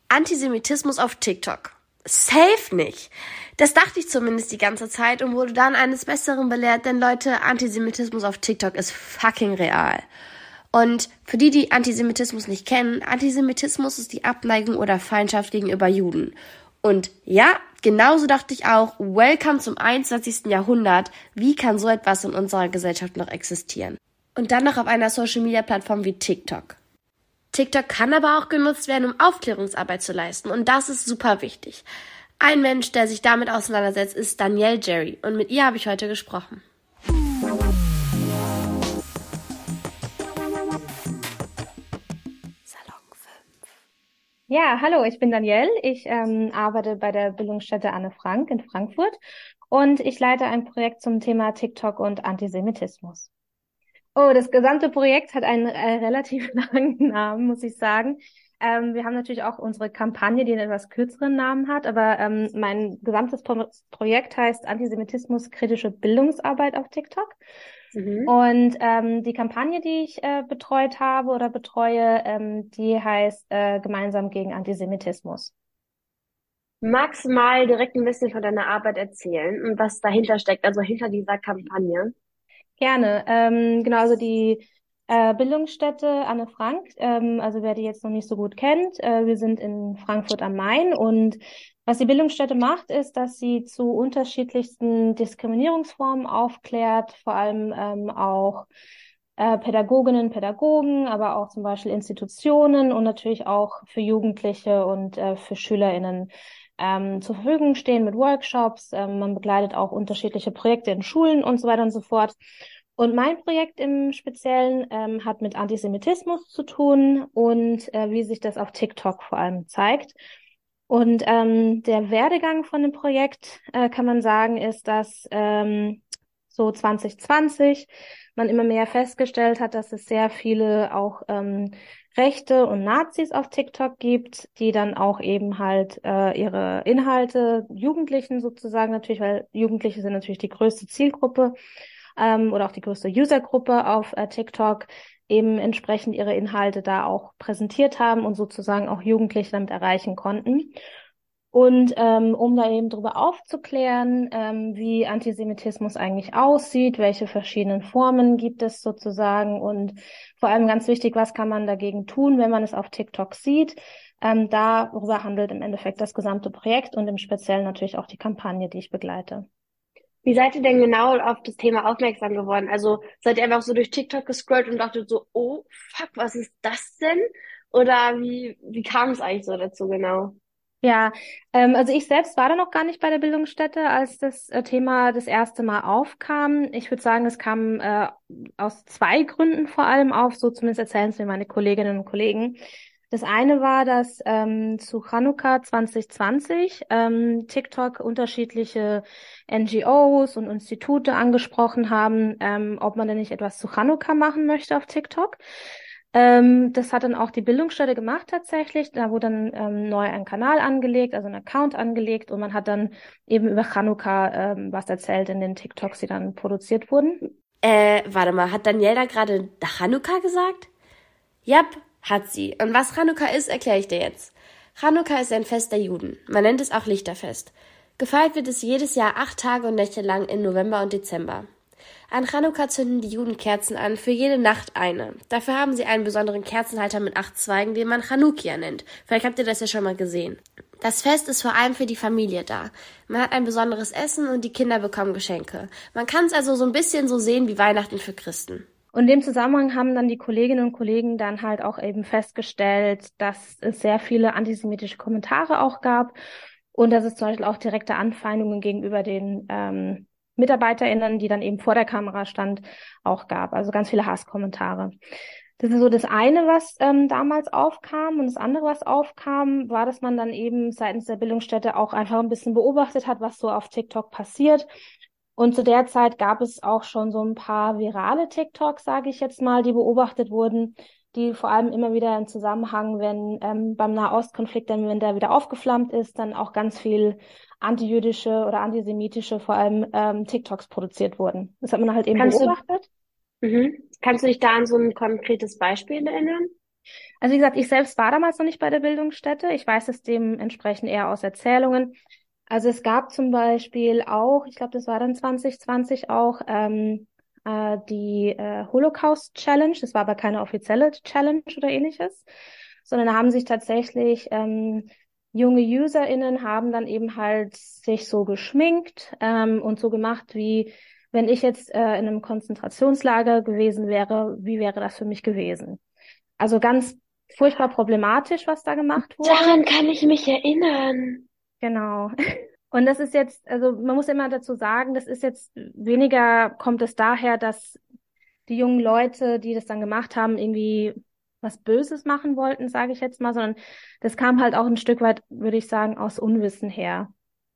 Antisemitismus auf TikTok. Safe nicht. Das dachte ich zumindest die ganze Zeit und wurde dann eines Besseren belehrt, denn Leute, Antisemitismus auf TikTok ist fucking real. Und für die, die Antisemitismus nicht kennen, Antisemitismus ist die Abneigung oder Feindschaft gegenüber Juden. Und ja, genauso dachte ich auch, welcome zum 21. Jahrhundert. Wie kann so etwas in unserer Gesellschaft noch existieren? Und dann noch auf einer Social-Media-Plattform wie TikTok. TikTok kann aber auch genutzt werden, um Aufklärungsarbeit zu leisten. Und das ist super wichtig. Ein Mensch, der sich damit auseinandersetzt, ist Danielle Jerry. Und mit ihr habe ich heute gesprochen. Salon 5. Ja, hallo, ich bin Danielle. Ich arbeite bei der Bildungsstätte Anne Frank in Frankfurt und ich leite ein Projekt zum Thema TikTok und Antisemitismus. Oh, das gesamte Projekt hat einen relativ langen Namen, muss ich sagen. Wir haben natürlich auch unsere Kampagne, die einen etwas kürzeren Namen hat, aber mein gesamtes Projekt heißt Antisemitismus kritische Bildungsarbeit auf TikTok. Und die Kampagne, die ich betreut habe oder betreue, die heißt Gemeinsam gegen Antisemitismus. Magst du mal direkt ein bisschen von deiner Arbeit erzählen und was dahinter steckt, also hinter dieser Kampagne? Gerne. Genau, also die Bildungsstätte Anne Frank, also wer die jetzt noch nicht so gut kennt, wir sind in Frankfurt am Main und was die Bildungsstätte macht, ist, dass sie zu unterschiedlichsten Diskriminierungsformen aufklärt, vor allem auch Pädagoginnen, Pädagogen, aber auch zum Beispiel Institutionen und natürlich auch für Jugendliche und für SchülerInnen zur Verfügung stehen mit Workshops. Man begleitet auch unterschiedliche Projekte in Schulen und so weiter und so fort. Und mein Projekt im Speziellen hat mit Antisemitismus zu tun und wie sich das auf TikTok vor allem zeigt. Und der Werdegang von dem Projekt, kann man sagen, ist, dass so 2020 man immer mehr festgestellt hat, dass es sehr viele auch Rechte und Nazis auf TikTok gibt, die dann auch eben halt ihre Inhalte Jugendlichen sozusagen natürlich, weil Jugendliche sind natürlich die größte Zielgruppe oder auch die größte Usergruppe auf TikTok, eben entsprechend ihre Inhalte da auch präsentiert haben und sozusagen auch Jugendliche damit erreichen konnten. Und um da eben drüber aufzuklären, wie Antisemitismus eigentlich aussieht, welche verschiedenen Formen gibt es sozusagen und vor allem ganz wichtig, was kann man dagegen tun, wenn man es auf TikTok sieht. Darüber handelt im Endeffekt das gesamte Projekt und im Speziellen natürlich auch die Kampagne, die ich begleite. Wie seid ihr denn genau auf das Thema aufmerksam geworden? Also seid ihr einfach so durch TikTok gescrollt und dachtet so, oh, fuck, was ist das denn? Oder wie kam es eigentlich so dazu genau? Ja, also ich selbst war da noch gar nicht bei der Bildungsstätte, als das Thema das erste Mal aufkam. Ich würde sagen, es kam aus zwei Gründen vor allem auf, so zumindest erzählen es mir meine Kolleginnen und Kollegen. Das eine war, dass zu Chanukka 2020 TikTok unterschiedliche NGOs und Institute angesprochen haben, ob man denn nicht etwas zu Chanukka machen möchte auf TikTok. Das hat dann auch die Bildungsstätte gemacht tatsächlich. Da wurde dann neu ein Kanal angelegt, also ein Account angelegt und man hat dann eben über Chanukka was erzählt in den TikToks, die dann produziert wurden. Warte mal, hat Daniela da gerade Chanukka gesagt? Jap, hat sie. Und was Chanukka ist, erkläre ich dir jetzt. Chanukka ist ein Fest der Juden. Man nennt es auch Lichterfest. Gefeiert wird es jedes Jahr 8 Tage und Nächte lang im November und Dezember. An Chanukka zünden die Juden Kerzen an, für jede Nacht eine. Dafür haben sie einen besonderen Kerzenhalter mit 8 Zweigen, den man Chanukia nennt. Vielleicht habt ihr das ja schon mal gesehen. Das Fest ist vor allem für die Familie da. Man hat ein besonderes Essen und die Kinder bekommen Geschenke. Man kann es also so ein bisschen so sehen wie Weihnachten für Christen. Und in dem Zusammenhang haben dann die Kolleginnen und Kollegen dann halt auch eben festgestellt, dass es sehr viele antisemitische Kommentare auch gab und dass es zum Beispiel auch direkte Anfeindungen gegenüber den MitarbeiterInnen, die dann eben vor der Kamera stand, auch gab. Also ganz viele Hasskommentare. Das ist so das eine, was damals aufkam. Und das andere, was aufkam, war, dass man dann eben seitens der Bildungsstätte auch einfach ein bisschen beobachtet hat, was so auf TikTok passiert. Und zu der Zeit gab es auch schon so ein paar virale TikToks, sage ich jetzt mal, die beobachtet wurden, die vor allem immer wieder im Zusammenhang, wenn beim Nahostkonflikt, dann, wenn der wieder aufgeflammt ist, dann auch ganz viel antijüdische oder antisemitische, vor allem TikToks produziert wurden. Das hat man halt eben Kannst du, beobachtet. kannst du dich da an so ein konkretes Beispiel erinnern? Also wie gesagt, ich selbst war damals noch nicht bei der Bildungsstätte. Ich weiß es dementsprechend eher aus Erzählungen. Also es gab zum Beispiel auch, ich glaube, das war dann 2020 auch, die Holocaust Challenge. Das war aber keine offizielle Challenge oder ähnliches, sondern da haben sich tatsächlich junge UserInnen haben dann eben halt sich so geschminkt und so gemacht, wie wenn ich jetzt in einem Konzentrationslager gewesen wäre, wie wäre das für mich gewesen? Also ganz furchtbar problematisch, was da gemacht wurde. Daran kann ich mich erinnern. Genau. Und das ist jetzt, also man muss immer dazu sagen, das ist jetzt weniger, kommt es daher, dass die jungen Leute, die das dann gemacht haben, irgendwie was Böses machen wollten, sage ich jetzt mal, sondern das kam halt auch ein Stück weit, würde ich sagen, aus Unwissen her.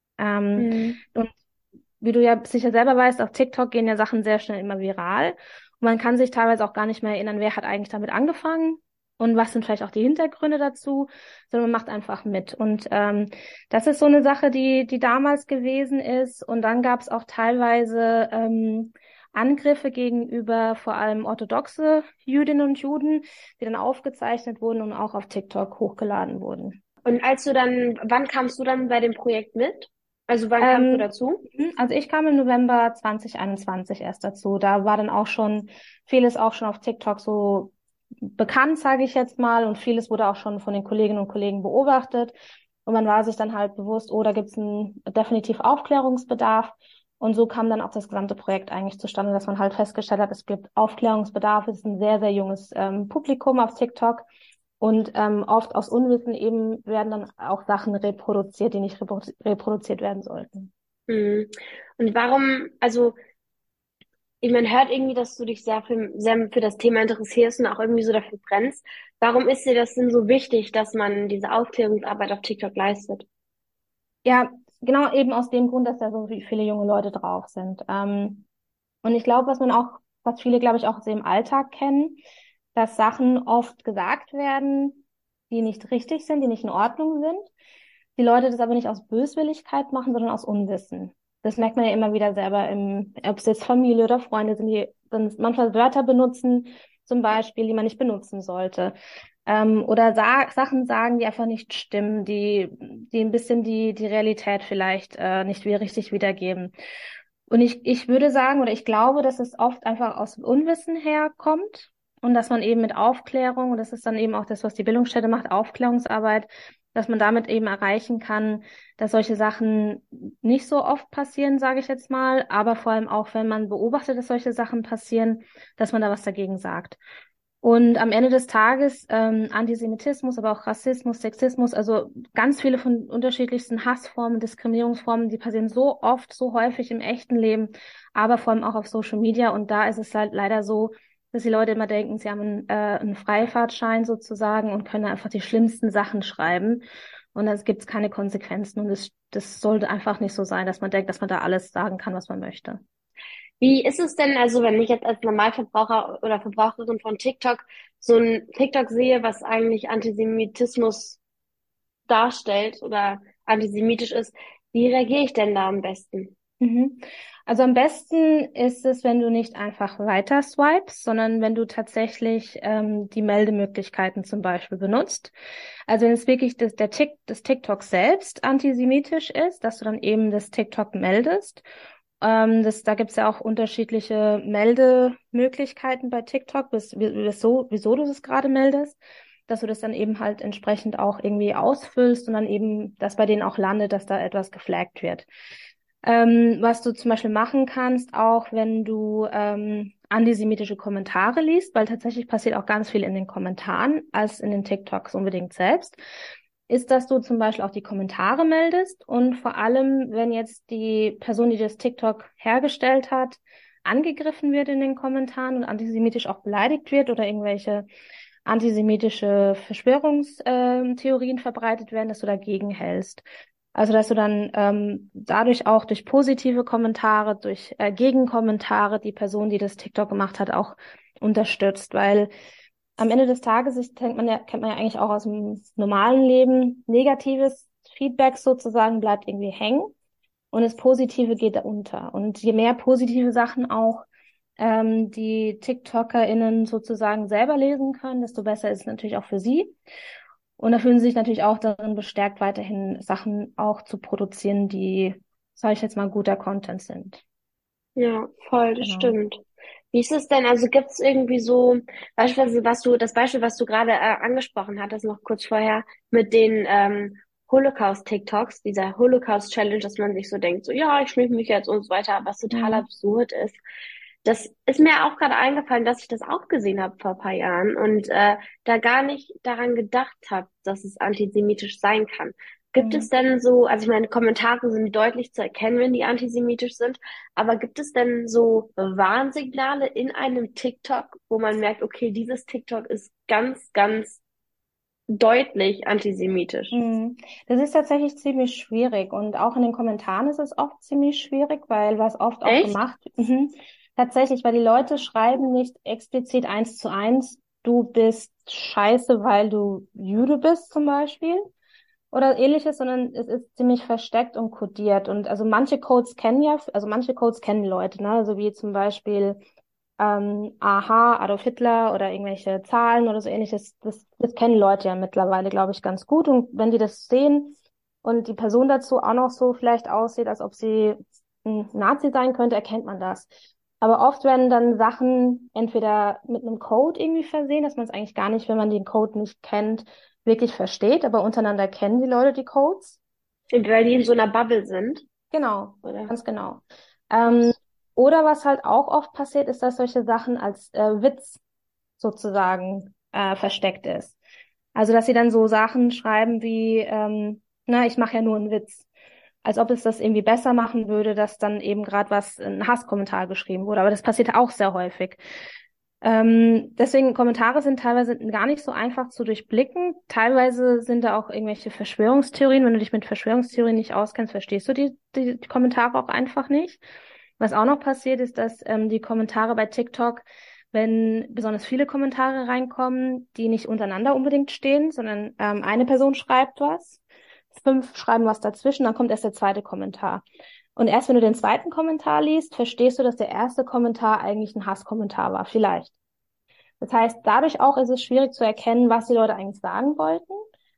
Mhm. Und wie du ja sicher selber weißt, auf TikTok gehen ja Sachen sehr schnell immer viral. Und man kann sich teilweise auch gar nicht mehr erinnern, wer hat eigentlich damit angefangen und was sind vielleicht auch die Hintergründe dazu, sondern man macht einfach mit. Und das ist so eine Sache, die damals gewesen ist. Und dann gab es auch teilweise Angriffe gegenüber vor allem orthodoxe Jüdinnen und Juden, die dann aufgezeichnet wurden und auch auf TikTok hochgeladen wurden. Und wann kamst du dann bei dem Projekt mit? Also wann kamst du Ähm, dazu? also ich kam im November 2021 erst dazu. Da war dann auch schon vieles auch schon auf TikTok so bekannt, sage ich jetzt mal, und vieles wurde auch schon von den Kolleginnen und Kollegen beobachtet. Und man war sich dann halt bewusst, oh, da gibt's einen definitiv Aufklärungsbedarf. Und so kam dann auch das gesamte Projekt eigentlich zustande, dass man halt festgestellt hat, es gibt Aufklärungsbedarf. Es ist ein sehr, sehr junges Publikum auf TikTok. Und oft aus Unwissen eben werden dann auch Sachen reproduziert, die nicht reproduziert werden sollten. Mhm. Und warum, also man hört irgendwie, dass du dich sehr für das Thema interessierst und auch irgendwie so dafür brennst. Warum ist dir das denn so wichtig, dass man diese Aufklärungsarbeit auf TikTok leistet? Ja, genau eben aus dem Grund, dass da so viele junge Leute drauf sind. Und ich glaube, was viele, glaube ich, auch so im Alltag kennen, dass Sachen oft gesagt werden, die nicht richtig sind, die nicht in Ordnung sind. Die Leute das aber nicht aus Böswilligkeit machen, sondern aus Unwissen. Das merkt man ja immer wieder selber ob es jetzt Familie oder Freunde sind, die dann manchmal Wörter benutzen, zum Beispiel, die man nicht benutzen sollte. Oder Sachen sagen, die einfach nicht stimmen, die ein bisschen die Realität vielleicht nicht wie richtig wiedergeben. Und ich würde sagen, oder ich glaube, dass es oft einfach aus Unwissen herkommt und dass man eben mit Aufklärung, und das ist dann eben auch das, was die Bildungsstätte macht, Aufklärungsarbeit, dass man damit eben erreichen kann, dass solche Sachen nicht so oft passieren, sage ich jetzt mal, aber vor allem auch, wenn man beobachtet, dass solche Sachen passieren, dass man da was dagegen sagt. Und am Ende des Tages Antisemitismus, aber auch Rassismus, Sexismus, also ganz viele von unterschiedlichsten Hassformen, Diskriminierungsformen, die passieren so oft, so häufig im echten Leben, aber vor allem auch auf Social Media. Und da ist es halt leider so, dass die Leute immer denken, sie haben einen Freifahrtschein sozusagen und können einfach die schlimmsten Sachen schreiben. Und es gibt keine Konsequenzen. Und das sollte einfach nicht so sein, dass man denkt, dass man da alles sagen kann, was man möchte. Wie ist es denn, also wenn ich jetzt als Normalverbraucher oder Verbraucherin von TikTok so ein TikTok sehe, was eigentlich Antisemitismus darstellt oder antisemitisch ist, wie reagiere ich denn da am besten? Mhm. Also am besten ist es, wenn du nicht einfach weiter swipest, sondern wenn du tatsächlich die Meldemöglichkeiten zum Beispiel benutzt. Also wenn es wirklich das TikTok selbst antisemitisch ist, dass du dann eben das TikTok meldest. Da gibt's ja auch unterschiedliche Meldemöglichkeiten bei TikTok, wieso du das gerade meldest, dass du das dann eben halt entsprechend auch irgendwie ausfüllst und dann eben, dass bei denen auch landet, dass da etwas geflaggt wird. Was du zum Beispiel machen kannst, auch wenn du antisemitische Kommentare liest, weil tatsächlich passiert auch ganz viel in den Kommentaren als in den TikToks unbedingt selbst, ist, dass du zum Beispiel auch die Kommentare meldest und vor allem, wenn jetzt die Person, die das TikTok hergestellt hat, angegriffen wird in den Kommentaren und antisemitisch auch beleidigt wird oder irgendwelche antisemitische Verschwörungstheorien verbreitet werden, dass du dagegen hältst. Also, dass du dann dadurch auch durch positive Kommentare, durch Gegenkommentare die Person, die das TikTok gemacht hat, auch unterstützt. Weil am Ende des Tages, kennt man ja eigentlich auch aus dem normalen Leben, negatives Feedback sozusagen bleibt irgendwie hängen und das Positive geht da unter. Und je mehr positive Sachen auch die TikTokerInnen sozusagen selber lesen können, desto besser ist es natürlich auch für sie. Und da fühlen sie sich natürlich auch darin bestärkt, weiterhin Sachen auch zu produzieren, die, sage ich jetzt mal, guter Content sind. Ja, voll, das Genau. stimmt. Wie ist es denn? Also gibt es irgendwie so, beispielsweise, das Beispiel, was du gerade angesprochen hattest, noch kurz vorher, mit den Holocaust-TikToks, dieser Holocaust-Challenge, dass man sich so denkt, so, ja, ich schminke mich jetzt und so weiter, was total Mhm. absurd ist. Das ist mir auch gerade eingefallen, dass ich das auch gesehen habe vor ein paar Jahren und da gar nicht daran gedacht habe, dass es antisemitisch sein kann. Gibt es Mhm. denn so, also ich meine, Kommentare sind deutlich zu erkennen, wenn die antisemitisch sind, aber gibt es denn so Warnsignale in einem TikTok, wo man merkt, okay, dieses TikTok ist ganz, ganz deutlich antisemitisch? Mhm. Das ist tatsächlich ziemlich schwierig und auch in den Kommentaren ist es oft ziemlich schwierig, weil was oft auch Echt? gemacht, tatsächlich, weil die Leute schreiben nicht explizit 1:1, du bist scheiße, weil du Jude bist zum Beispiel oder ähnliches, sondern es ist ziemlich versteckt und kodiert und also manche Codes kennen Leute, ne, also wie zum Beispiel aha, Adolf Hitler oder irgendwelche Zahlen oder so ähnliches, das kennen Leute ja mittlerweile, glaube ich, ganz gut. Und wenn die das sehen und die Person dazu auch noch so vielleicht aussieht, als ob sie ein Nazi sein könnte, erkennt man das. Aber oft werden dann Sachen entweder mit einem Code irgendwie versehen, dass man es eigentlich gar nicht, wenn man den Code nicht kennt, wirklich versteht. Aber untereinander kennen die Leute die Codes. Weil die in so einer Bubble sind, Genau, oder? ganz genau. Krass. Oder was halt auch oft passiert, ist, dass solche Sachen als Witz sozusagen versteckt ist. Also, dass sie dann so Sachen schreiben wie, na, ich mache ja nur einen Witz. Als ob es das irgendwie besser machen würde, dass dann eben gerade was, ein Hasskommentar geschrieben wurde. Aber das passiert auch sehr häufig. Deswegen, Kommentare sind teilweise gar nicht so einfach zu durchblicken. Teilweise sind da auch irgendwelche Verschwörungstheorien. Wenn du dich mit Verschwörungstheorien nicht auskennst, verstehst du die Kommentare auch einfach nicht. Was auch noch passiert, ist, dass die Kommentare bei TikTok, wenn besonders viele Kommentare reinkommen, die nicht untereinander unbedingt stehen, sondern eine Person schreibt was, 5 schreiben was dazwischen, dann kommt erst der zweite Kommentar. Und erst wenn du den zweiten Kommentar liest, verstehst du, dass der erste Kommentar eigentlich ein Hasskommentar war, vielleicht. Das heißt, dadurch auch ist es schwierig zu erkennen, was die Leute eigentlich sagen wollten,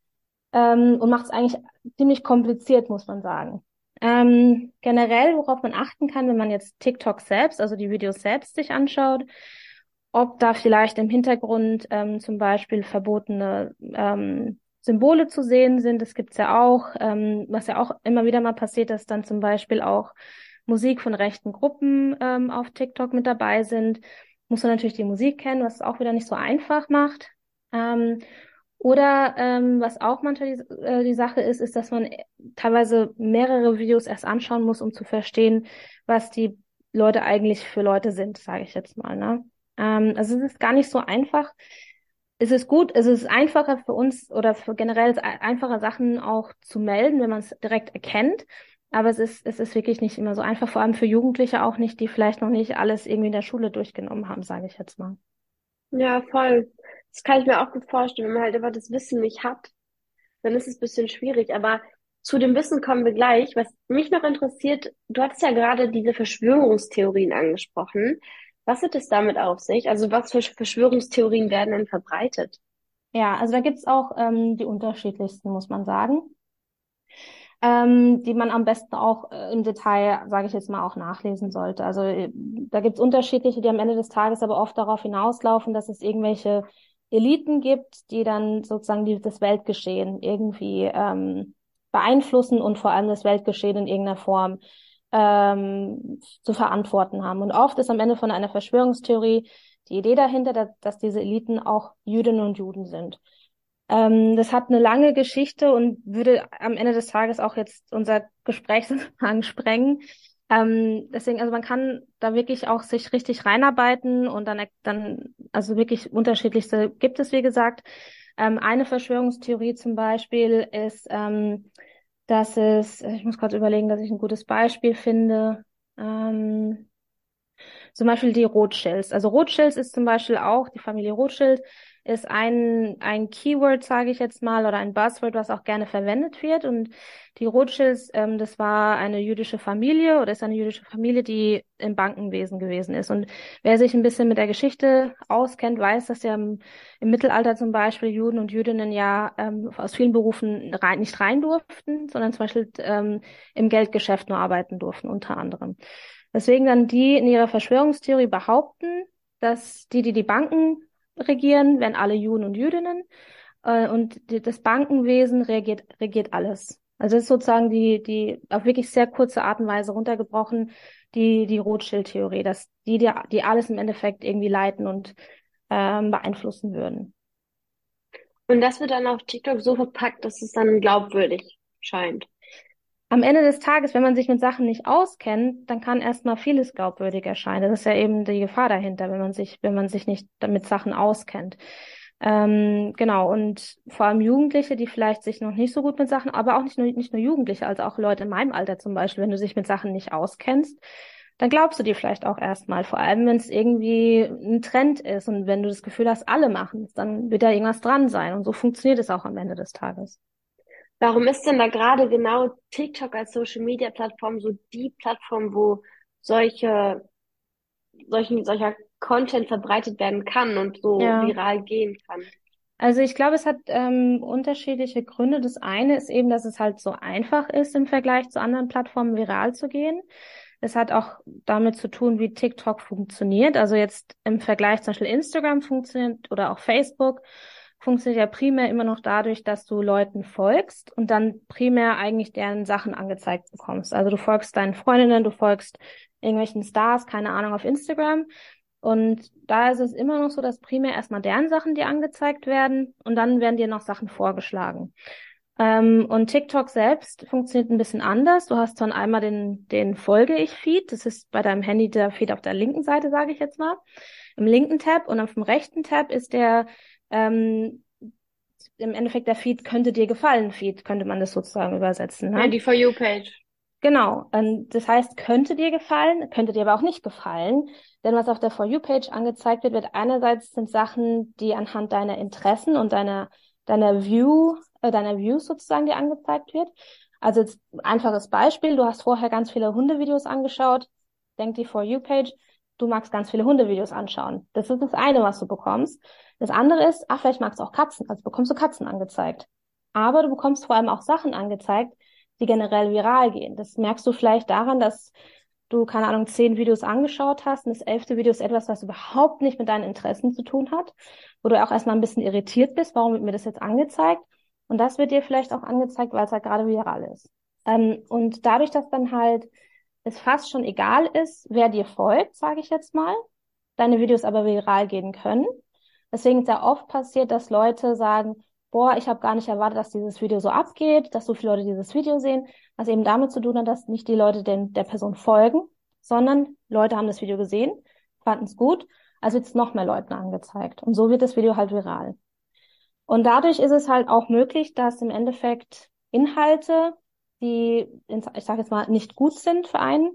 und macht es eigentlich ziemlich kompliziert, muss man sagen. Generell, worauf man achten kann, wenn man jetzt TikTok selbst, also die Videos selbst sich anschaut, ob da vielleicht im Hintergrund zum Beispiel verbotene Symbole zu sehen sind. Das gibt's ja auch, was ja auch immer wieder mal passiert, dass dann zum Beispiel auch Musik von rechten Gruppen auf TikTok mit dabei sind. Muss man natürlich die Musik kennen, was es auch wieder nicht so einfach macht. Ähm, oder was auch manchmal die Sache ist, ist, dass man teilweise mehrere Videos erst anschauen muss, um zu verstehen, was die Leute eigentlich für Leute sind, sage ich jetzt mal, ne? Also es ist gar nicht so einfach. Es ist gut, es ist einfacher für uns oder für generell einfacher Sachen auch zu melden, wenn man es direkt erkennt. Aber es ist wirklich nicht immer so einfach, vor allem für Jugendliche auch nicht, die vielleicht noch nicht alles irgendwie in der Schule durchgenommen haben, sage ich jetzt mal. Ja, voll. Das kann ich mir auch gut vorstellen, wenn man halt einfach das Wissen nicht hat, dann ist es ein bisschen schwierig. Aber zu dem Wissen kommen wir gleich. Was mich noch interessiert, du hattest ja gerade diese Verschwörungstheorien angesprochen. Was hat es damit auf sich? Also was für Verschwörungstheorien werden denn verbreitet? Ja, also da gibt's auch die unterschiedlichsten, muss man sagen, die man am besten auch im Detail, sage ich jetzt mal, auch nachlesen sollte. Also da gibt's unterschiedliche, die am Ende des Tages aber oft darauf hinauslaufen, dass es irgendwelche Eliten gibt, die dann sozusagen das Weltgeschehen irgendwie beeinflussen und vor allem das Weltgeschehen in irgendeiner Form zu verantworten haben. Und oft ist am Ende von einer Verschwörungstheorie die Idee dahinter, dass diese Eliten auch Jüdinnen und Juden sind. Das hat eine lange Geschichte und würde am Ende des Tages auch jetzt unser Gespräch sozusagen sprengen. Deswegen, also man kann da wirklich auch sich richtig reinarbeiten und dann, also wirklich unterschiedlichste gibt es, wie gesagt. Eine Verschwörungstheorie zum Beispiel ist, ich muss gerade überlegen, dass ich ein gutes Beispiel finde. Zum Beispiel die Rothschilds. Also Rothschilds ist zum Beispiel auch die Familie Rothschild. ist ein Keyword, sage ich jetzt mal, oder ein Buzzword, was auch gerne verwendet wird. Und die Rothschilds, das war eine jüdische Familie oder ist eine jüdische Familie, die im Bankenwesen gewesen ist. Und wer sich ein bisschen mit der Geschichte auskennt, weiß, dass ja im Mittelalter zum Beispiel Juden und Jüdinnen ja aus vielen Berufen nicht rein durften, sondern zum Beispiel im Geldgeschäft nur arbeiten durften, unter anderem. Deswegen dann die in ihrer Verschwörungstheorie behaupten, dass die Banken regieren, werden alle Juden und Jüdinnen. Und das Bankenwesen regiert alles. Also es ist sozusagen die auf wirklich sehr kurze Art und Weise runtergebrochen, die Rothschild-Theorie, dass die alles im Endeffekt irgendwie leiten und beeinflussen würden. Und das wird dann auf TikTok so verpackt, dass es dann glaubwürdig scheint. Am Ende des Tages, wenn man sich mit Sachen nicht auskennt, dann kann erstmal vieles glaubwürdig erscheinen. Das ist ja eben die Gefahr dahinter, wenn man sich nicht mit Sachen auskennt. Genau. Und vor allem Jugendliche, die vielleicht sich noch nicht so gut mit Sachen, aber auch nicht nur Jugendliche, also auch Leute in meinem Alter zum Beispiel, wenn du dich mit Sachen nicht auskennst, dann glaubst du dir vielleicht auch erstmal, vor allem wenn es irgendwie ein Trend ist und wenn du das Gefühl hast, alle machen es, dann wird da irgendwas dran sein. Und so funktioniert es auch am Ende des Tages. Warum ist denn da gerade genau TikTok als Social Media Plattform so die Plattform, wo solcher Content verbreitet werden kann und so Ja. viral gehen kann? Also ich glaube, es hat unterschiedliche Gründe. Das eine ist eben, dass es halt so einfach ist, im Vergleich zu anderen Plattformen viral zu gehen. Es hat auch damit zu tun, wie TikTok funktioniert. Also jetzt im Vergleich zum Beispiel Instagram funktioniert oder auch Facebook funktioniert ja primär immer noch dadurch, dass du Leuten folgst und dann primär eigentlich deren Sachen angezeigt bekommst. Also du folgst deinen Freundinnen, du folgst irgendwelchen Stars, keine Ahnung, auf Instagram. Und da ist es immer noch so, dass primär erstmal deren Sachen dir angezeigt werden und dann werden dir noch Sachen vorgeschlagen. Und TikTok selbst funktioniert ein bisschen anders. Du hast dann einmal den Folge-ich-Feed. Das ist bei deinem Handy der Feed auf der linken Seite, sage ich jetzt mal. Im linken Tab und auf dem rechten Tab ist ähm, im Endeffekt der Feed könnte dir gefallen, Feed, könnte man das sozusagen übersetzen, Ja, ne? die For You Page. Genau, das heißt, könnte dir gefallen, könnte dir aber auch nicht gefallen, denn was auf der For You-Page angezeigt wird, einerseits sind Sachen, die anhand deiner Interessen und deiner Views sozusagen dir angezeigt wird. Also jetzt einfaches Beispiel, du hast vorher ganz viele Hundevideos angeschaut, denkt die For You-Page, du magst ganz viele Hundevideos anschauen. Das ist das eine, was du bekommst. Das andere ist, vielleicht magst du auch Katzen, also bekommst du Katzen angezeigt. Aber du bekommst vor allem auch Sachen angezeigt, die generell viral gehen. Das merkst du vielleicht daran, dass du, keine Ahnung, 10 Videos angeschaut hast und das 11. Video ist etwas, was überhaupt nicht mit deinen Interessen zu tun hat, wo du auch erstmal ein bisschen irritiert bist, warum wird mir das jetzt angezeigt? Und das wird dir vielleicht auch angezeigt, weil es halt gerade viral ist. Und dadurch, dass dann halt es fast schon egal ist, wer dir folgt, sage ich jetzt mal, deine Videos aber viral gehen können. Deswegen ist ja oft passiert, dass Leute sagen, boah, ich habe gar nicht erwartet, dass dieses Video so abgeht, dass so viele Leute dieses Video sehen, was eben damit zu tun hat, dass nicht die Leute der Person folgen, sondern Leute haben das Video gesehen, fanden es gut, also wird es noch mehr Leuten angezeigt. Und so wird das Video halt viral. Und dadurch ist es halt auch möglich, dass im Endeffekt Inhalte, die, ich sage jetzt mal, nicht gut sind für einen,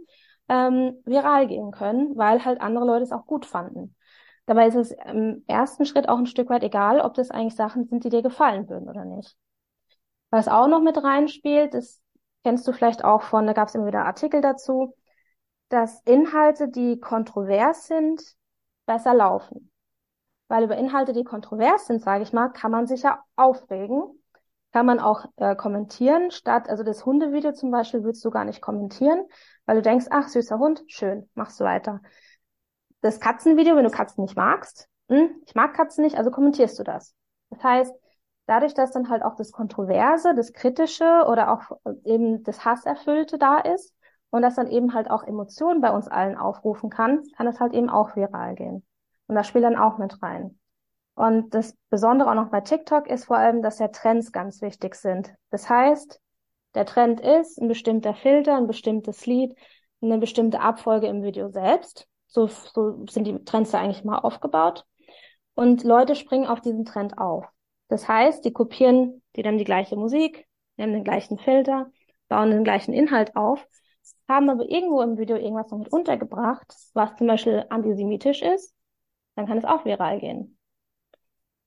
viral gehen können, weil halt andere Leute es auch gut fanden. Dabei ist es im ersten Schritt auch ein Stück weit egal, ob das eigentlich Sachen sind, die dir gefallen würden oder nicht. Was auch noch mit reinspielt, das kennst du vielleicht auch da gab es immer wieder Artikel dazu, dass Inhalte, die kontrovers sind, besser laufen. Weil über Inhalte, die kontrovers sind, sage ich mal, kann man sich ja aufregen, kann man auch kommentieren, also das Hundevideo zum Beispiel würdest du gar nicht kommentieren, weil du denkst, ach, süßer Hund, schön, machst du weiter. Das Katzenvideo, wenn du Katzen nicht magst, ich mag Katzen nicht, also kommentierst du das. Das heißt, dadurch, dass dann halt auch das Kontroverse, das Kritische oder auch eben das Hasserfüllte da ist und das dann eben halt auch Emotionen bei uns allen aufrufen kann es halt eben auch viral gehen. Und das spielt dann auch mit rein. Und das Besondere auch noch bei TikTok ist vor allem, dass ja Trends ganz wichtig sind. Das heißt, der Trend ist ein bestimmter Filter, ein bestimmtes Lied, eine bestimmte Abfolge im Video selbst. So sind die Trends ja eigentlich mal aufgebaut. Und Leute springen auf diesen Trend auf. Das heißt, die kopieren die dann die gleiche Musik, nehmen den gleichen Filter, bauen den gleichen Inhalt auf, haben aber irgendwo im Video irgendwas noch mit untergebracht, was zum Beispiel antisemitisch ist, dann kann es auch viral gehen.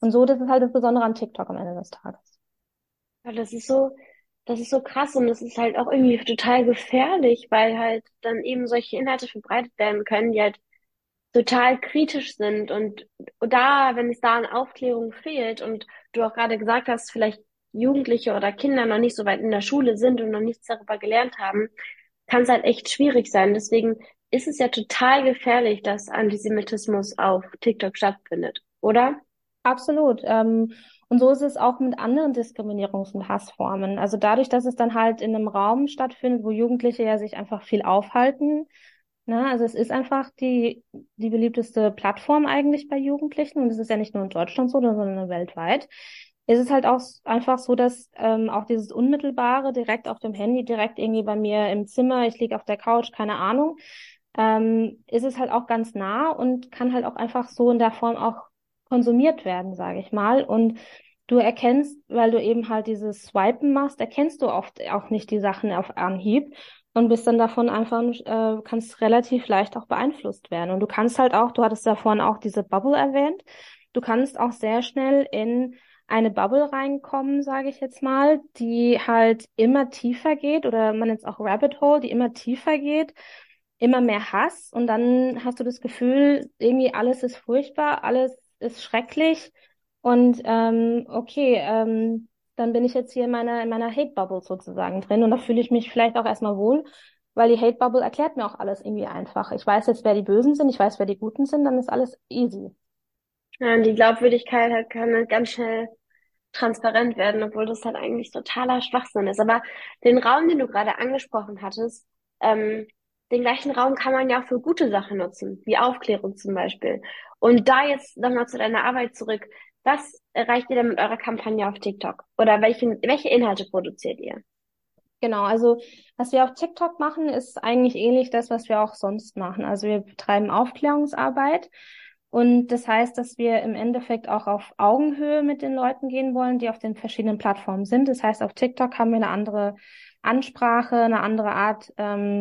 Und so, das ist halt das Besondere an TikTok am Ende des Tages. Ja, das ist so krass und das ist halt auch irgendwie total gefährlich, weil halt dann eben solche Inhalte verbreitet werden können, die halt total kritisch sind und da, wenn es da an Aufklärung fehlt und du auch gerade gesagt hast, vielleicht Jugendliche oder Kinder noch nicht so weit in der Schule sind und noch nichts darüber gelernt haben, kann es halt echt schwierig sein. Deswegen ist es ja total gefährlich, dass Antisemitismus auf TikTok stattfindet, oder? Absolut. Und so ist es auch mit anderen Diskriminierungs- und Hassformen. Also dadurch, dass es dann halt in einem Raum stattfindet, wo Jugendliche ja sich einfach viel aufhalten. Ne? Also es ist einfach die beliebteste Plattform eigentlich bei Jugendlichen. Und es ist ja nicht nur in Deutschland so, sondern weltweit. Es ist halt auch einfach so, dass auch dieses Unmittelbare direkt auf dem Handy, direkt irgendwie bei mir im Zimmer, ich liege auf der Couch, keine Ahnung, ist es halt auch ganz nah und kann halt auch einfach so in der Form auch konsumiert werden, sage ich mal. Und du erkennst, weil du eben halt dieses Swipen machst, erkennst du oft auch nicht die Sachen auf Anhieb und bist dann davon einfach, kannst relativ leicht auch beeinflusst werden. Und du kannst halt auch, du hattest ja vorhin auch diese Bubble erwähnt, du kannst auch sehr schnell in eine Bubble reinkommen, sage ich jetzt mal, die halt immer tiefer geht oder man nennt es auch Rabbit Hole, die immer tiefer geht, immer mehr Hass und dann hast du das Gefühl, irgendwie alles ist furchtbar, alles ist schrecklich und okay, dann bin ich jetzt hier in meiner Hate-Bubble sozusagen drin und da fühle ich mich vielleicht auch erstmal wohl, weil die Hate-Bubble erklärt mir auch alles irgendwie einfach. Ich weiß jetzt, wer die Bösen sind, ich weiß, wer die Guten sind, dann ist alles easy. Ja, und die Glaubwürdigkeit halt kann halt ganz schnell transparent werden, obwohl das halt eigentlich totaler Schwachsinn ist. Aber den Raum, den du gerade angesprochen hattest, den gleichen Raum kann man ja auch für gute Sachen nutzen, wie Aufklärung zum Beispiel. Und da jetzt nochmal zu deiner Arbeit zurück. Was erreicht ihr denn mit eurer Kampagne auf TikTok? Oder welche Inhalte produziert ihr? Genau, also was wir auf TikTok machen, ist eigentlich ähnlich das, was wir auch sonst machen. Also wir betreiben Aufklärungsarbeit und das heißt, dass wir im Endeffekt auch auf Augenhöhe mit den Leuten gehen wollen, die auf den verschiedenen Plattformen sind. Das heißt, auf TikTok haben wir eine andere Ansprache, eine andere Art,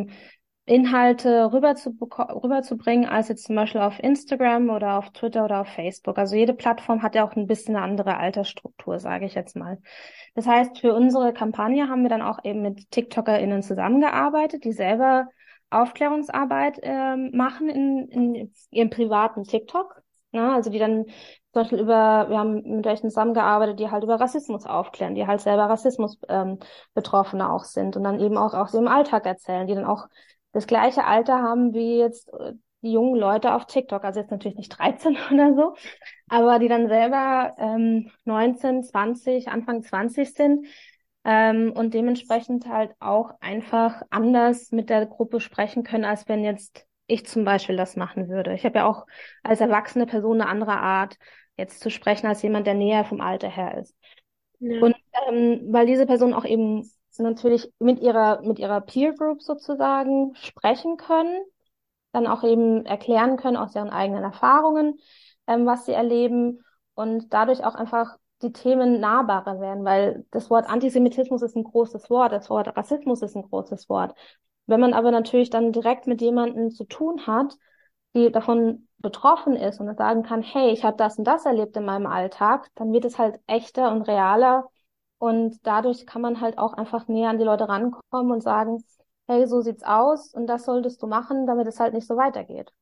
Inhalte rüberzubringen, als jetzt zum Beispiel auf Instagram oder auf Twitter oder auf Facebook. Also jede Plattform hat ja auch ein bisschen eine andere Altersstruktur, sage ich jetzt mal. Das heißt, für unsere Kampagne haben wir dann auch eben mit TikTokerInnen zusammengearbeitet, die selber Aufklärungsarbeit machen in ihrem privaten TikTok. Ne? Also die dann zum Beispiel wir haben mit welchen zusammengearbeitet, die halt über Rassismus aufklären, die halt selber Rassismus Betroffene auch sind und dann eben auch aus ihrem Alltag erzählen, die dann auch das gleiche Alter haben wie jetzt die jungen Leute auf TikTok. Also jetzt natürlich nicht 13 oder so, aber die dann selber 19, 20, Anfang 20 sind und dementsprechend halt auch einfach anders mit der Gruppe sprechen können, als wenn jetzt ich zum Beispiel das machen würde. Ich habe ja auch als erwachsene Person eine andere Art, jetzt zu sprechen, als jemand, der näher vom Alter her ist. Ja. Und weil diese Personen auch eben natürlich mit ihrer Peer Group sozusagen sprechen können, dann auch eben erklären können aus ihren eigenen Erfahrungen, was sie erleben und dadurch auch einfach die Themen nahbarer werden, weil das Wort Antisemitismus ist ein großes Wort, das Wort Rassismus ist ein großes Wort. Wenn man aber natürlich dann direkt mit jemandem zu tun hat, die davon betroffen ist und sagen kann, hey, ich habe das und das erlebt in meinem Alltag, dann wird es halt echter und realer und dadurch kann man halt auch einfach näher an die Leute rankommen und sagen, hey, so sieht's aus und das solltest du machen, damit es halt nicht so weitergeht.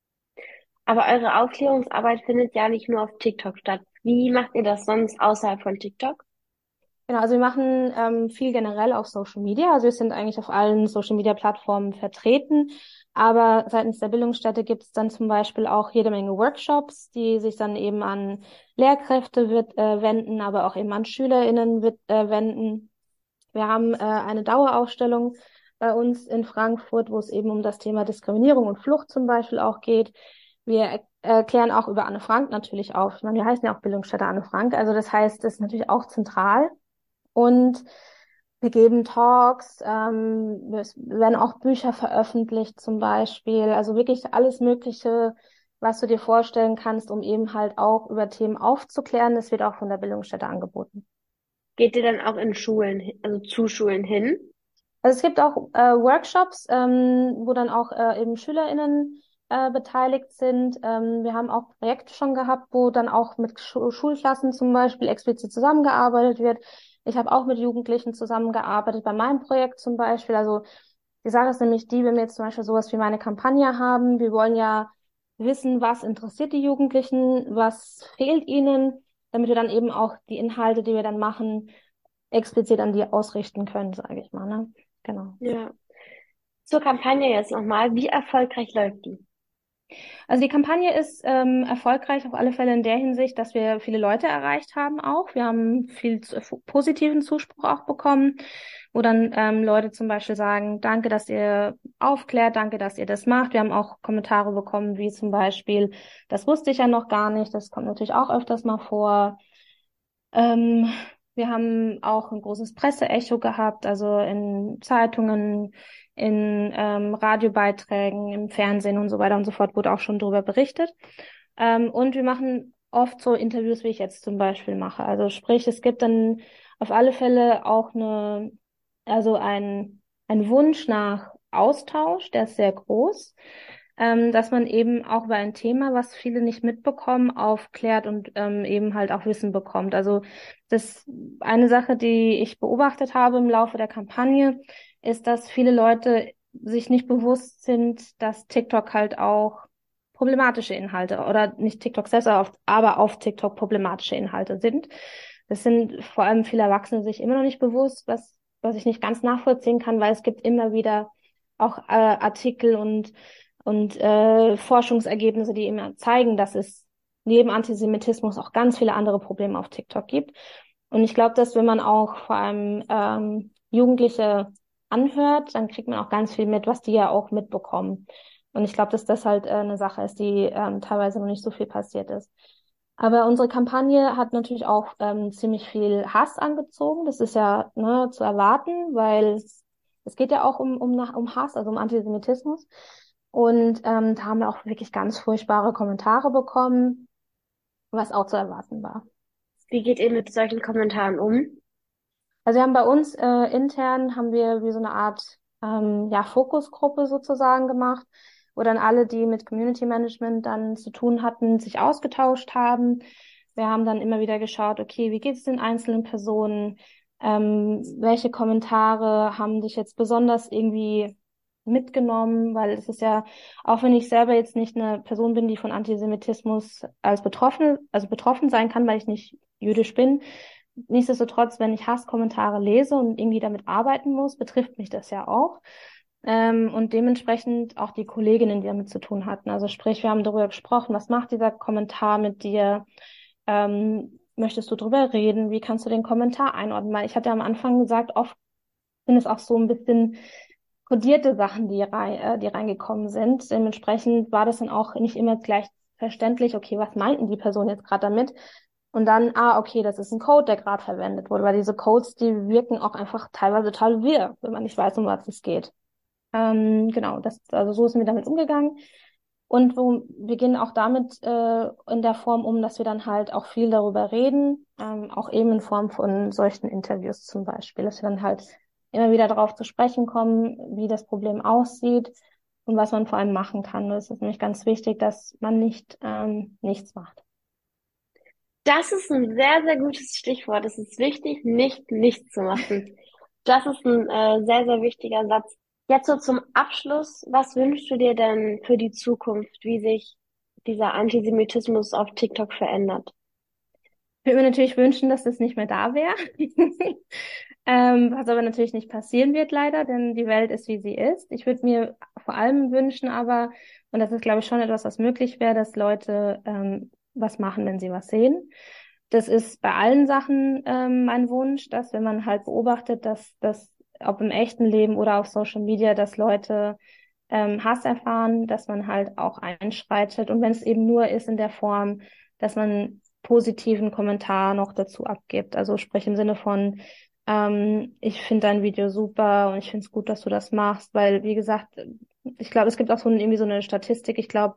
Aber eure Aufklärungsarbeit findet ja nicht nur auf TikTok statt. Wie macht ihr das sonst außerhalb von TikTok? Genau, also wir machen viel generell auf Social Media. Also wir sind eigentlich auf allen Social Media Plattformen vertreten. Aber seitens der Bildungsstätte gibt es dann zum Beispiel auch jede Menge Workshops, die sich dann eben an Lehrkräfte wenden, aber auch eben an SchülerInnen wenden. Wir haben eine Dauerausstellung bei uns in Frankfurt, wo es eben um das Thema Diskriminierung und Flucht zum Beispiel auch geht. Wir erklären auch über Anne Frank natürlich auf. Ich meine, wir heißen ja auch Bildungsstätte Anne Frank. Also das heißt, das ist natürlich auch zentral. Und wir geben Talks, es werden auch Bücher veröffentlicht zum Beispiel. Also wirklich alles Mögliche, was du dir vorstellen kannst, um eben halt auch über Themen aufzuklären. Das wird auch von der Bildungsstätte angeboten. Geht ihr dann auch in Schulen, also zu Schulen hin? Also es gibt auch Workshops, wo dann auch eben SchülerInnen beteiligt sind. Wir haben auch Projekte schon gehabt, wo dann auch mit Schulklassen zum Beispiel explizit zusammengearbeitet wird. Ich habe auch mit Jugendlichen zusammengearbeitet, bei meinem Projekt zum Beispiel. Also die Sache ist nämlich die, wenn wir jetzt zum Beispiel sowas wie meine Kampagne haben, wir wollen ja wissen, was interessiert die Jugendlichen, was fehlt ihnen, damit wir dann eben auch die Inhalte, die wir dann machen, explizit an die ausrichten können, sage ich mal, ne? Genau. Ja. Zur Kampagne jetzt nochmal. Wie erfolgreich läuft die? Also die Kampagne ist erfolgreich auf alle Fälle in der Hinsicht, dass wir viele Leute erreicht haben auch. Wir haben viel positiven Zuspruch auch bekommen, wo dann Leute zum Beispiel sagen, danke, dass ihr aufklärt, danke, dass ihr das macht. Wir haben auch Kommentare bekommen, wie zum Beispiel, das wusste ich ja noch gar nicht. Das kommt natürlich auch öfters mal vor. Ähm, Wir haben auch ein großes Presseecho gehabt, also in Zeitungen, in Radiobeiträgen, im Fernsehen und so weiter und so fort wurde auch schon darüber berichtet. Und wir machen oft so Interviews, wie ich jetzt zum Beispiel mache. Also sprich, es gibt dann auf alle Fälle auch also ein Wunsch nach Austausch, der ist sehr groß, dass man eben auch über ein Thema, was viele nicht mitbekommen, aufklärt und eben halt auch Wissen bekommt. Also das eine Sache, die ich beobachtet habe im Laufe der Kampagne, ist, dass viele Leute sich nicht bewusst sind, dass TikTok halt auch problematische Inhalte oder nicht TikTok selbst, aber auf TikTok problematische Inhalte sind. Das sind vor allem viele Erwachsene sich immer noch nicht bewusst, was ich nicht ganz nachvollziehen kann, weil es gibt immer wieder auch Artikel und Forschungsergebnisse, die immer zeigen, dass es neben Antisemitismus auch ganz viele andere Probleme auf TikTok gibt. Und ich glaube, dass wenn man auch vor allem Jugendliche anhört, dann kriegt man auch ganz viel mit, was die ja auch mitbekommen. Und ich glaube, dass das halt eine Sache ist, die teilweise noch nicht so viel passiert ist. Aber unsere Kampagne hat natürlich auch ziemlich viel Hass angezogen. Das ist ja ne, zu erwarten, weil es geht ja auch um Hass, also um Antisemitismus. Und da haben wir auch wirklich ganz furchtbare Kommentare bekommen, was auch zu erwarten war. Wie geht ihr mit solchen Kommentaren um? Also wir haben bei uns intern haben wir wie so eine Art ja, Fokusgruppe sozusagen gemacht, wo dann alle, die mit Community Management dann zu tun hatten, sich ausgetauscht haben. Wir haben dann immer wieder geschaut, okay, wie geht es den einzelnen Personen? Welche Kommentare haben dich jetzt besonders irgendwie mitgenommen? Weil es ist ja, auch wenn ich selber jetzt nicht eine Person bin, die von Antisemitismus als betroffen sein kann, weil ich nicht jüdisch bin, nichtsdestotrotz, wenn ich Hasskommentare lese und irgendwie damit arbeiten muss, betrifft mich das ja auch. Und dementsprechend auch die Kolleginnen, die damit zu tun hatten. Also sprich, wir haben darüber gesprochen, was macht dieser Kommentar mit dir? Möchtest du drüber reden? Wie kannst du den Kommentar einordnen? Weil ich hatte am Anfang gesagt, oft sind es auch so ein bisschen kodierte Sachen, die reingekommen sind. Dementsprechend war das dann auch nicht immer gleich verständlich, okay, was meinten die Person jetzt gerade damit? Und dann, okay, das ist ein Code, der gerade verwendet wurde, weil diese Codes, die wirken auch einfach teilweise total wirr, wenn man nicht weiß, um was es geht. Genau, also so sind wir damit umgegangen. Und wir gehen auch damit in der Form um, dass wir dann halt auch viel darüber reden, auch eben in Form von solchen Interviews zum Beispiel, dass wir dann halt immer wieder darauf zu sprechen kommen, wie das Problem aussieht und was man vor allem machen kann. Das ist nämlich ganz wichtig, dass man nicht nichts macht. Das ist ein sehr, sehr gutes Stichwort. Es ist wichtig, nicht nichts zu machen. Das ist ein sehr, sehr wichtiger Satz. Jetzt so zum Abschluss. Was wünschst du dir denn für die Zukunft, wie sich dieser Antisemitismus auf TikTok verändert? Ich würde mir natürlich wünschen, dass das nicht mehr da wäre. Was aber natürlich nicht passieren wird, leider, denn die Welt ist, wie sie ist. Ich würde mir vor allem wünschen aber, und das ist, glaube ich, schon etwas, was möglich wäre, dass Leute was machen, wenn sie was sehen. Das ist bei allen Sachen mein Wunsch, dass wenn man halt beobachtet, dass das, ob im echten Leben oder auf Social Media, dass Leute Hass erfahren, dass man halt auch einschreitet. Und wenn es eben nur ist in der Form, dass man positiven Kommentar noch dazu abgibt. Also sprich im Sinne von, ich finde dein Video super und ich finde es gut, dass du das machst, weil, wie gesagt, ich glaube, es gibt auch irgendwie so eine Statistik. Ich glaube,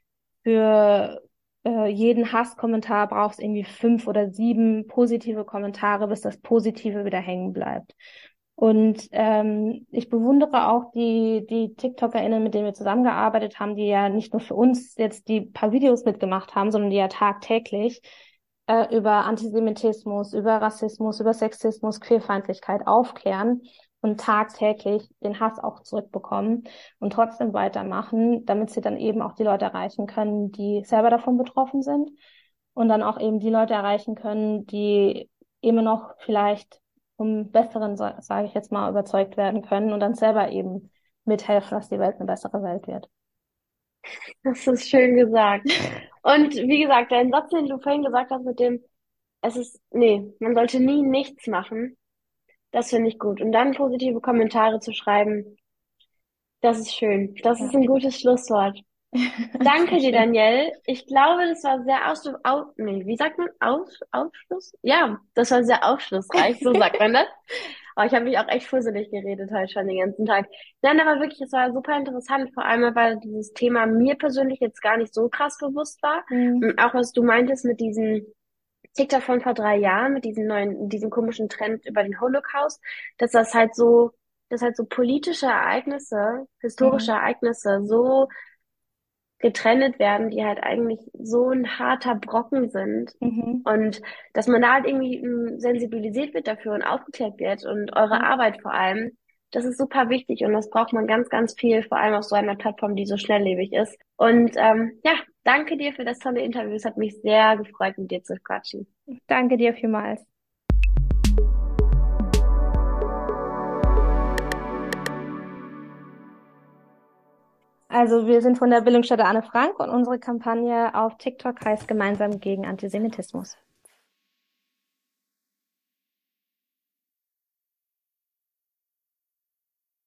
für jeden Hasskommentar braucht es irgendwie 5 oder 7 positive Kommentare, bis das Positive wieder hängen bleibt. Und ich bewundere auch die TikTokerInnen, mit denen wir zusammengearbeitet haben, die ja nicht nur für uns jetzt die paar Videos mitgemacht haben, sondern die ja tagtäglich über Antisemitismus, über Rassismus, über Sexismus, Queerfeindlichkeit aufklären und tagtäglich den Hass auch zurückbekommen und trotzdem weitermachen, damit sie dann eben auch die Leute erreichen können, die selber davon betroffen sind und dann auch eben die Leute erreichen können, die immer noch vielleicht vom Besseren, sage ich jetzt mal, überzeugt werden können und dann selber eben mithelfen, dass die Welt eine bessere Welt wird. Das ist schön gesagt. Und wie gesagt, dein Satz, den du vorhin gesagt hast mit dem, nee, man sollte nie nichts machen, das finde ich gut. Und dann positive Kommentare zu schreiben, das ist schön. Das ist Ja. ein gutes Schlusswort. Danke Sehr dir, schön. Danielle. Ich glaube, das war sehr nee, wie sagt man? Aufschluss? Ja, das war sehr aufschlussreich, so sagt man das. Aber ich habe mich auch echt fusselig geredet heute schon den ganzen Tag. Nein, aber wirklich, es war super interessant, vor allem, weil dieses Thema mir persönlich jetzt gar nicht so krass bewusst war. Mhm. Und auch was du meintest mit diesem TikTok von vor 3 Jahren, mit diesem komischen Trend über den Holocaust, dass dass halt so politische Ereignisse, historische Mhm. Ereignisse so getrennt werden, die halt eigentlich so ein harter Brocken sind. Mhm. Und dass man da halt irgendwie sensibilisiert wird dafür und aufgeklärt wird und eure Ja. Arbeit vor allem, das ist super wichtig und das braucht man ganz, ganz viel, vor allem auf so einer Plattform, die so schnelllebig ist. Und ja, danke dir für das tolle Interview. Es hat mich sehr gefreut, mit dir zu quatschen. Danke dir vielmals. Also wir sind von der Bildungsstätte Anne Frank und unsere Kampagne auf TikTok heißt Gemeinsam gegen Antisemitismus.